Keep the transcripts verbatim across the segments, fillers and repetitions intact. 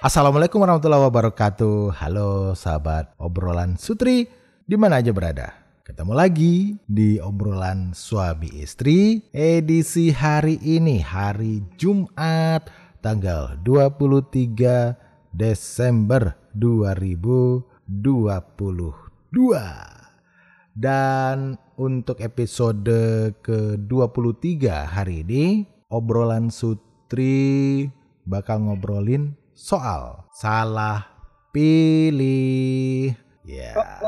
Assalamualaikum warahmatullahi wabarakatuh. Halo sahabat obrolan Sutri, di mana aja berada. Ketemu lagi di obrolan suami istri edisi hari ini, hari Jumat tanggal dua puluh tiga Desember dua ribu dua puluh dua. Dan untuk episode ke dua puluh tiga hari ini, obrolan Sutri bakal ngobrolin soal salah pilih. Ya. Yeah.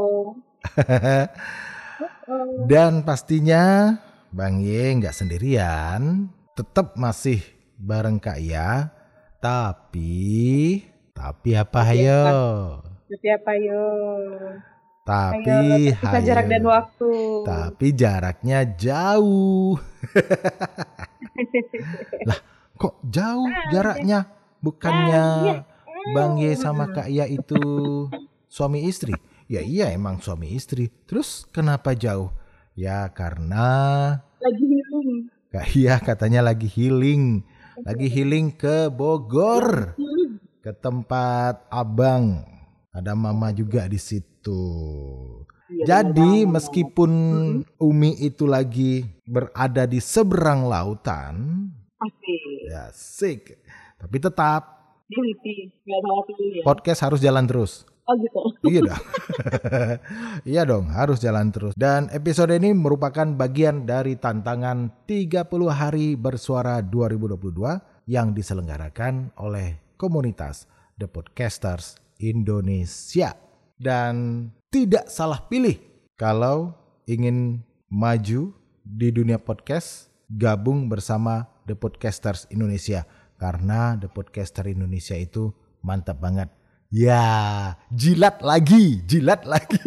Dan pastinya Bang Ye nggak sendirian, tetap masih bareng Kak Ya. Tapi, tapi apa hayo? Tapi apa yo? Tapi Ayo, jarak dan waktu. Tapi jaraknya jauh. Lah, kok jauh jaraknya? Bukannya Bang Ye sama Kak Ya itu suami istri? Ya iya emang suami istri. Terus kenapa jauh? Ya karena lagi healing. Kak Ya katanya lagi healing. Lagi healing ke Bogor. Ke tempat abang. Ada mama juga di situ. Ya, jadi meskipun Umi itu lagi berada di seberang lautan. Asik. Ya asik. Tapi tetap Diliti, nggak salah pilih ya. Podcast harus jalan terus. Oh gitu. Iya dong. Iya dong, harus jalan terus. Dan episode ini merupakan bagian dari tantangan tiga puluh hari bersuara dua ribu dua puluh dua yang diselenggarakan oleh komunitas The Podcasters Indonesia. Dan tidak salah pilih kalau ingin maju di dunia podcast, gabung bersama The Podcasters Indonesia. Karena The Podcaster Indonesia itu mantap banget. Ya, jilat lagi, jilat lagi.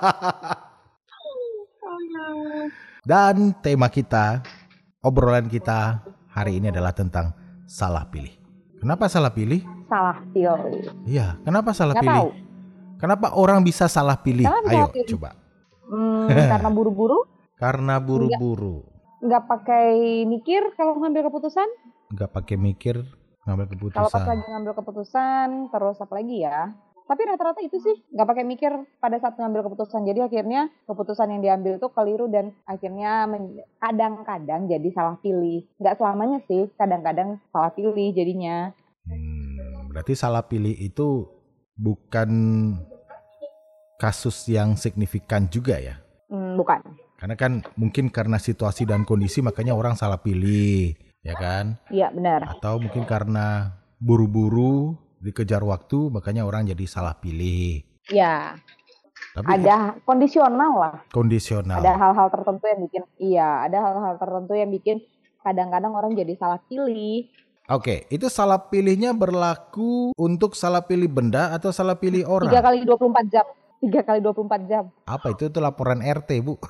Dan tema kita, obrolan kita hari ini adalah tentang salah pilih. Kenapa salah pilih? Salah pilih. Iya, kenapa salah Gak pilih? tahu. Kenapa orang bisa salah pilih? Kenapa Ayo, pilih? coba. Hmm, karena buru-buru? Karena buru-buru. Nggak pakai mikir kalau ngambil keputusan? Nggak pakai mikir ngambil keputusan. Kalau pas lagi ngambil keputusan, terus apa lagi ya? Tapi rata-rata itu sih nggak pakai mikir pada saat ngambil keputusan. Jadi akhirnya keputusan yang diambil itu keliru dan akhirnya men- kadang-kadang jadi salah pilih. Nggak selamanya sih, kadang-kadang salah pilih jadinya. Hmm, berarti salah pilih itu bukan kasus yang signifikan juga ya? Hmm, bukan. Karena kan mungkin karena situasi dan kondisi makanya orang salah pilih. Ya kan? Iya benar. Atau mungkin karena buru-buru dikejar waktu makanya orang jadi salah pilih. Iya. Tapi ada kondisional lah. Kondisional. Ada hal-hal tertentu yang bikin, iya, ada hal-hal tertentu yang bikin kadang-kadang orang jadi salah pilih. Oke, itu salah pilihnya berlaku untuk salah pilih benda atau salah pilih orang? Tiga kali dua puluh empat jam. Tiga kali dua puluh empat jam. Apa itu? Itu laporan R T, Bu.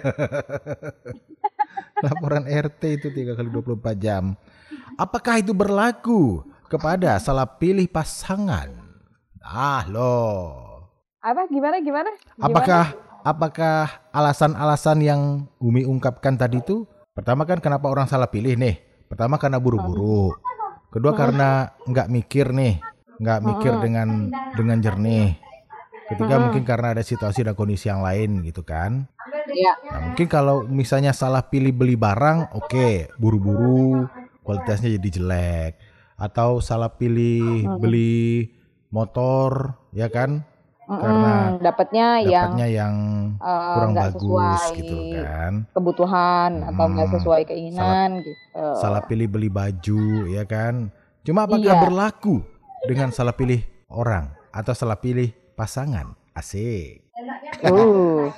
Laporan R T itu tiga kali dua puluh empat jam. Apakah itu berlaku kepada salah pilih pasangan? Ah loh. Apa? Gimana? Gimana? Gimana? Apakah apakah alasan-alasan yang Umi ungkapkan tadi itu? Pertama kan kenapa orang salah pilih nih? Pertama karena buru-buru. Kedua karena nggak mikir nih, nggak mikir dengan dengan jernih. Ketiga hmm. mungkin karena ada situasi dan kondisi yang lain gitu kan. Iya. Nah mungkin kalau misalnya salah pilih beli barang, oke, okay, buru-buru, kualitasnya jadi jelek. Atau salah pilih hmm. beli motor, ya kan? Hmm. Karena dapatnya yang, yang uh, kurang bagus gitu kan. Kebutuhan hmm. atau nggak sesuai keinginan salah, gitu. Salah pilih beli baju, ya kan? Cuma apakah iya. berlaku dengan salah pilih orang atau salah pilih pasangan? Asik. Uh.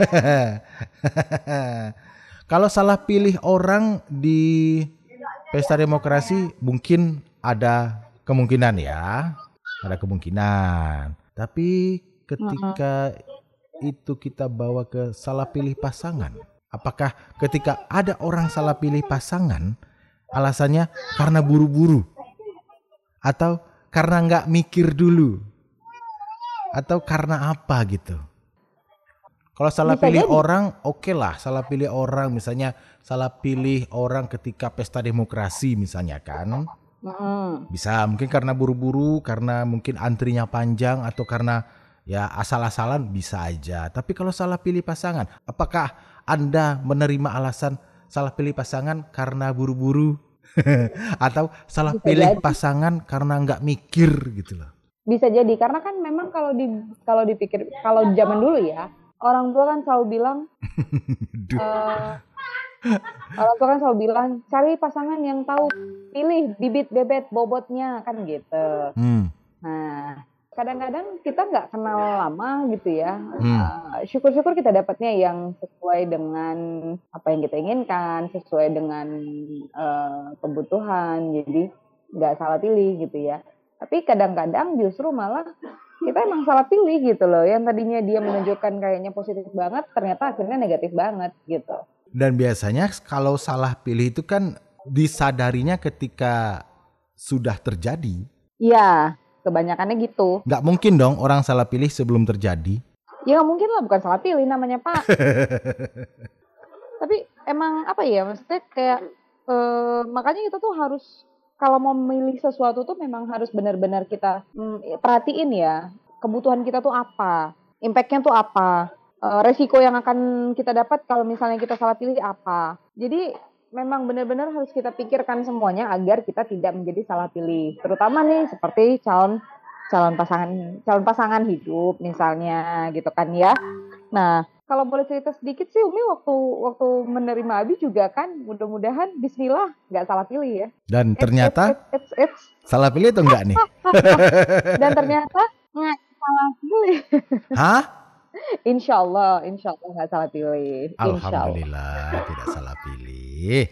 Kalau salah pilih orang di pesta demokrasi mungkin ada kemungkinan ya. Ada kemungkinan. Tapi ketika uh-huh. itu kita bawa ke salah pilih pasangan, apakah ketika ada orang salah pilih pasangan alasannya karena buru-buru atau karena nggak mikir dulu? Atau karena apa gitu? Kalau salah Bisa pilih jadi. orang, oke okay lah. Salah pilih orang, misalnya salah pilih orang ketika pesta demokrasi misalnya kan. Mm-mm. Bisa mungkin karena buru-buru, karena mungkin antrinya panjang, atau karena ya asal-asalan bisa aja. Tapi kalau salah pilih pasangan, apakah Anda menerima alasan salah pilih pasangan karena buru-buru? Atau salah Bisa pilih jadi. pasangan karena nggak mikir gitu loh? Bisa jadi karena kan memang kalau di kalau dipikir kalau zaman dulu ya, orang tua kan selalu bilang Duh. eh orang tua kan selalu bilang cari pasangan yang tahu pilih bibit bebet bobotnya kan gitu. Hmm. Nah, kadang-kadang kita nggak kenal lama gitu ya. Hmm. Uh, syukur-syukur kita dapatnya yang sesuai dengan apa yang kita inginkan, sesuai dengan uh, kebutuhan. Jadi nggak salah pilih gitu ya. Tapi kadang-kadang justru malah kita emang salah pilih gitu loh. Yang tadinya dia menunjukkan kayaknya positif banget, ternyata akhirnya negatif banget gitu. Dan biasanya kalau salah pilih itu kan disadarinya ketika sudah terjadi. Iya, kebanyakannya gitu. Nggak mungkin dong orang salah pilih sebelum terjadi. Ya nggak mungkin lah, bukan salah pilih namanya Pak. Tapi emang apa ya, maksudnya kayak eh, makanya kita tuh harus kalau mau memilih sesuatu tuh memang harus benar-benar kita hmm, perhatiin ya kebutuhan kita tuh apa, impact-nya tuh apa. Uh, resiko yang akan kita dapat kalau misalnya kita salah pilih apa. Jadi memang benar-benar harus kita pikirkan semuanya agar kita tidak menjadi salah pilih. Terutama nih seperti calon calon pasangan calon pasangan hidup misalnya gitu kan ya. Nah, kalau boleh cerita sedikit sih Umi waktu waktu menerima Abi juga kan mudah-mudahan bismillah nggak salah pilih ya. Dan ternyata it's, it's, it's, it's. salah pilih atau enggak nih? Dan ternyata nggak salah pilih. Hah? Insya Allah, insya Allah nggak salah pilih. Alhamdulillah tidak salah pilih.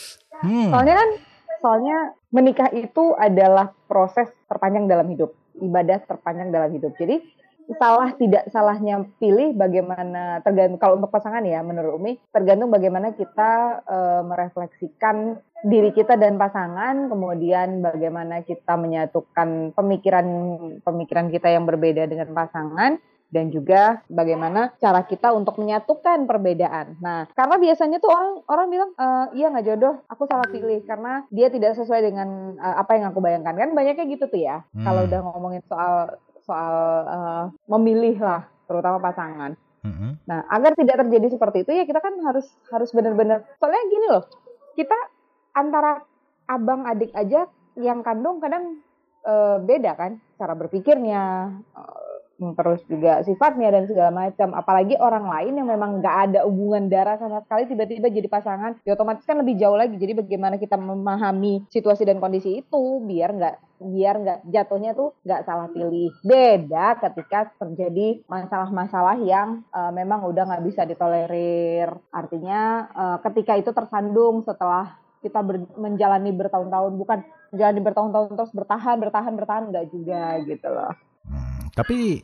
Hmm. Soalnya kan, soalnya menikah itu adalah proses terpanjang dalam hidup, ibadah terpanjang dalam hidup. Jadi salah tidak salahnya pilih bagaimana tergantung kalau untuk pasangan ya menurut Umi tergantung bagaimana kita e, merefleksikan diri kita dan pasangan, kemudian bagaimana kita menyatukan pemikiran pemikiran kita yang berbeda dengan pasangan. Dan juga bagaimana cara kita untuk menyatukan perbedaan. Nah, karena biasanya tuh orang orang bilang, e, iya nggak jodoh, aku salah pilih karena dia tidak sesuai dengan uh, apa yang aku bayangkan. Kan banyaknya gitu tuh ya. Hmm. Kalau udah ngomongin soal soal uh, memilih lah, terutama pasangan. Hmm. Nah, agar tidak terjadi seperti itu ya kita kan harus harus benar-benar. Soalnya gini loh, kita antara abang adik aja yang kandung kadang uh, beda kan cara berpikirnya. Uh, terus juga sifatnya dan segala macam, apalagi orang lain yang memang nggak ada hubungan darah sama sekali tiba-tiba jadi pasangan, ya otomatis kan lebih jauh lagi. Jadi bagaimana kita memahami situasi dan kondisi itu biar nggak biar nggak jatuhnya tuh nggak salah pilih. Beda ketika terjadi masalah-masalah yang uh, memang udah nggak bisa ditolerir, artinya uh, ketika itu tersandung setelah kita ber, menjalani bertahun-tahun, bukan menjalani bertahun-tahun terus bertahan bertahan bertahan nggak juga gitu loh. Hmm, tapi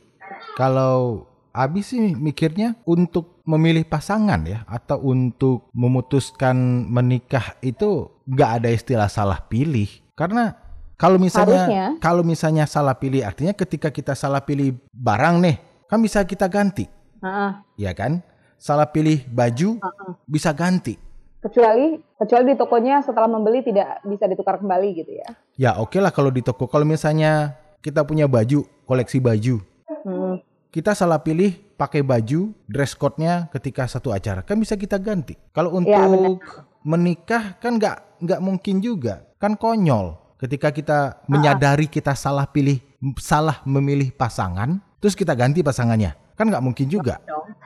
kalau Abi sih mikirnya untuk memilih pasangan ya atau untuk memutuskan menikah itu nggak ada istilah salah pilih. Karena kalau misalnya Harusnya. kalau misalnya salah pilih artinya ketika kita salah pilih barang nih kan bisa kita ganti, uh-uh. ya kan? Salah pilih baju uh-uh. bisa ganti. Kecuali kecuali di tokonya setelah membeli tidak bisa ditukar kembali gitu ya. Ya oke lah kalau di toko. Kalau misalnya kita punya baju, koleksi baju. Hmm. Kita salah pilih pakai baju, dress code-nya ketika satu acara. Kan bisa kita ganti. Kalau untuk ya, menikah kan nggak nggak mungkin juga. Kan konyol. Ketika kita ah. menyadari kita salah pilih, salah memilih pasangan, terus kita ganti pasangannya. Kan nggak mungkin juga.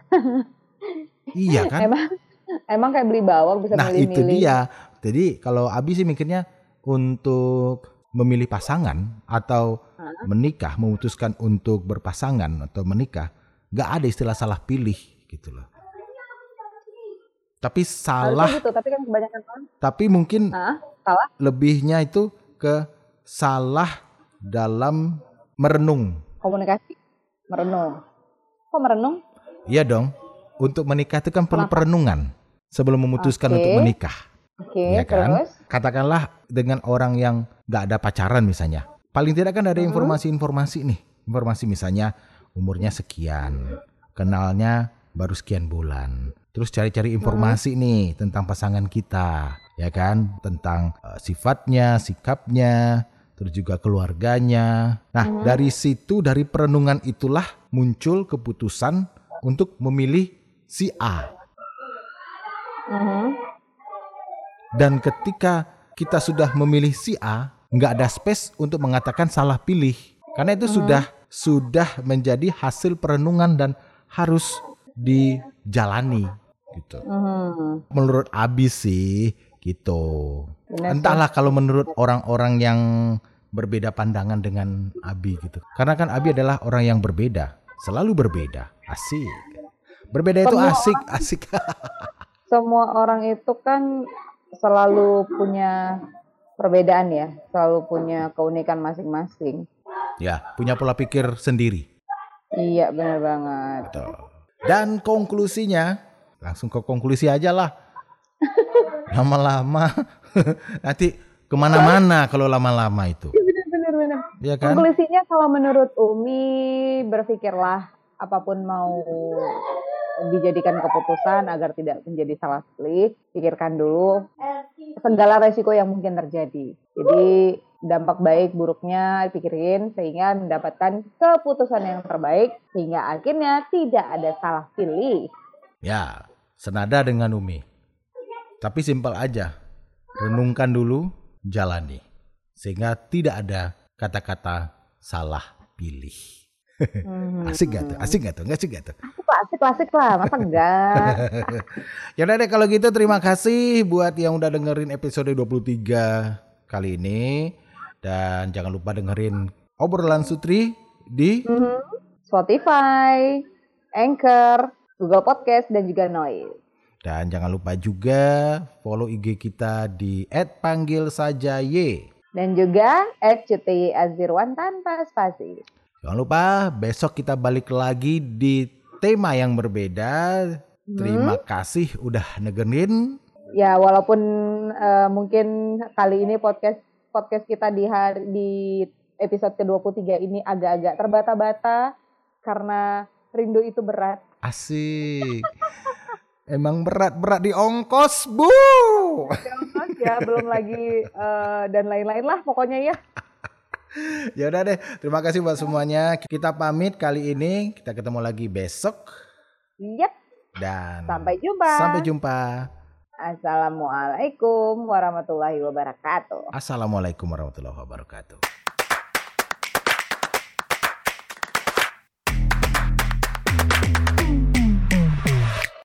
Iya kan? Emang, emang kayak beli bawang bisa nah, milih-milih. Nah itu dia. Jadi kalau Abi sih mikirnya untuk memilih pasangan atau menikah, memutuskan untuk berpasangan atau menikah, nggak ada istilah salah pilih gitu loh. Tapi salah, gitu, tapi kan kebanyakan orang. Tapi mungkin Hah? Salah? Lebihnya itu ke salah dalam merenung. Komunikasi, merenung. Kok merenung? Iya dong. Untuk menikah itu kan perlu Kenapa? perenungan sebelum memutuskan okay. untuk menikah. Oke. Okay, ya kan? Terus? Katakanlah dengan orang yang nggak ada pacaran misalnya. Paling tidak kan ada informasi-informasi nih. Informasi misalnya umurnya sekian, kenalnya baru sekian bulan. Terus cari-cari informasi hmm. nih tentang pasangan kita. ya kan, tentang uh, sifatnya, sikapnya, terus juga keluarganya. Nah, mm-hmm. dari situ, dari perenungan itulah muncul keputusan untuk memilih si A. Mm-hmm. Dan ketika kita sudah memilih si A, nggak ada space untuk mengatakan salah pilih. Karena itu mm-hmm. sudah sudah menjadi hasil perenungan dan harus dijalani gitu. Mm-hmm. Menurut Abi sih gitu. Benar, entahlah kalau menurut orang-orang yang berbeda pandangan dengan Abi gitu. Karena kan Abi adalah orang yang berbeda, selalu berbeda. Asik. Berbeda itu semua asik, orang, asik. Semua orang itu kan selalu punya perbedaan ya, selalu punya keunikan masing-masing. Ya, punya pola pikir sendiri. Iya, benar banget. Betul. Dan konklusinya, langsung ke konklusi aja lah. Lama-lama nanti kemana-mana kalau lama-lama itu. Benar-benar. Ya kan? Konklusinya kalau menurut Umi, berpikirlah apapun mau dijadikan keputusan agar tidak menjadi salah pilih, pikirkan dulu segala resiko yang mungkin terjadi. Jadi dampak baik buruknya pikirin sehingga mendapatkan keputusan yang terbaik sehingga akhirnya tidak ada salah pilih. Ya, senada dengan Umi. Tapi simpel aja. Renungkan dulu, jalani. Sehingga tidak ada kata-kata salah pilih. Hmm. Asik gak tuh? Asik gak tuh? Nggak asik gak tuh? Asik, asik lah. Masa enggak? Yaudah deh kalau gitu terima kasih buat yang udah dengerin episode dua puluh tiga kali ini. Dan jangan lupa dengerin obrolan Sutri di mm-hmm. Spotify, Anchor, Google Podcast, dan juga Noise. Dan jangan lupa juga follow I G kita di et panggil saja y. Dan juga et cuti azirwan tanpa spasi. Jangan lupa besok kita balik lagi di tema yang berbeda. Hmm. Terima kasih udah dengerin. Ya walaupun uh, mungkin kali ini podcast podcast kita di hari di episode ke dua puluh tiga ini agak-agak terbata-bata karena rindu itu berat. Asik. Emang berat-berat di ongkos, Bu. Di ongkos ya, belum lagi uh, dan lain-lain lah pokoknya ya. Ya udah deh, terima kasih buat semuanya. Kita pamit kali ini. Kita ketemu lagi besok. Yep. Dan sampai jumpa. Sampai jumpa. Assalamualaikum warahmatullahi wabarakatuh. Assalamualaikum warahmatullahi wabarakatuh.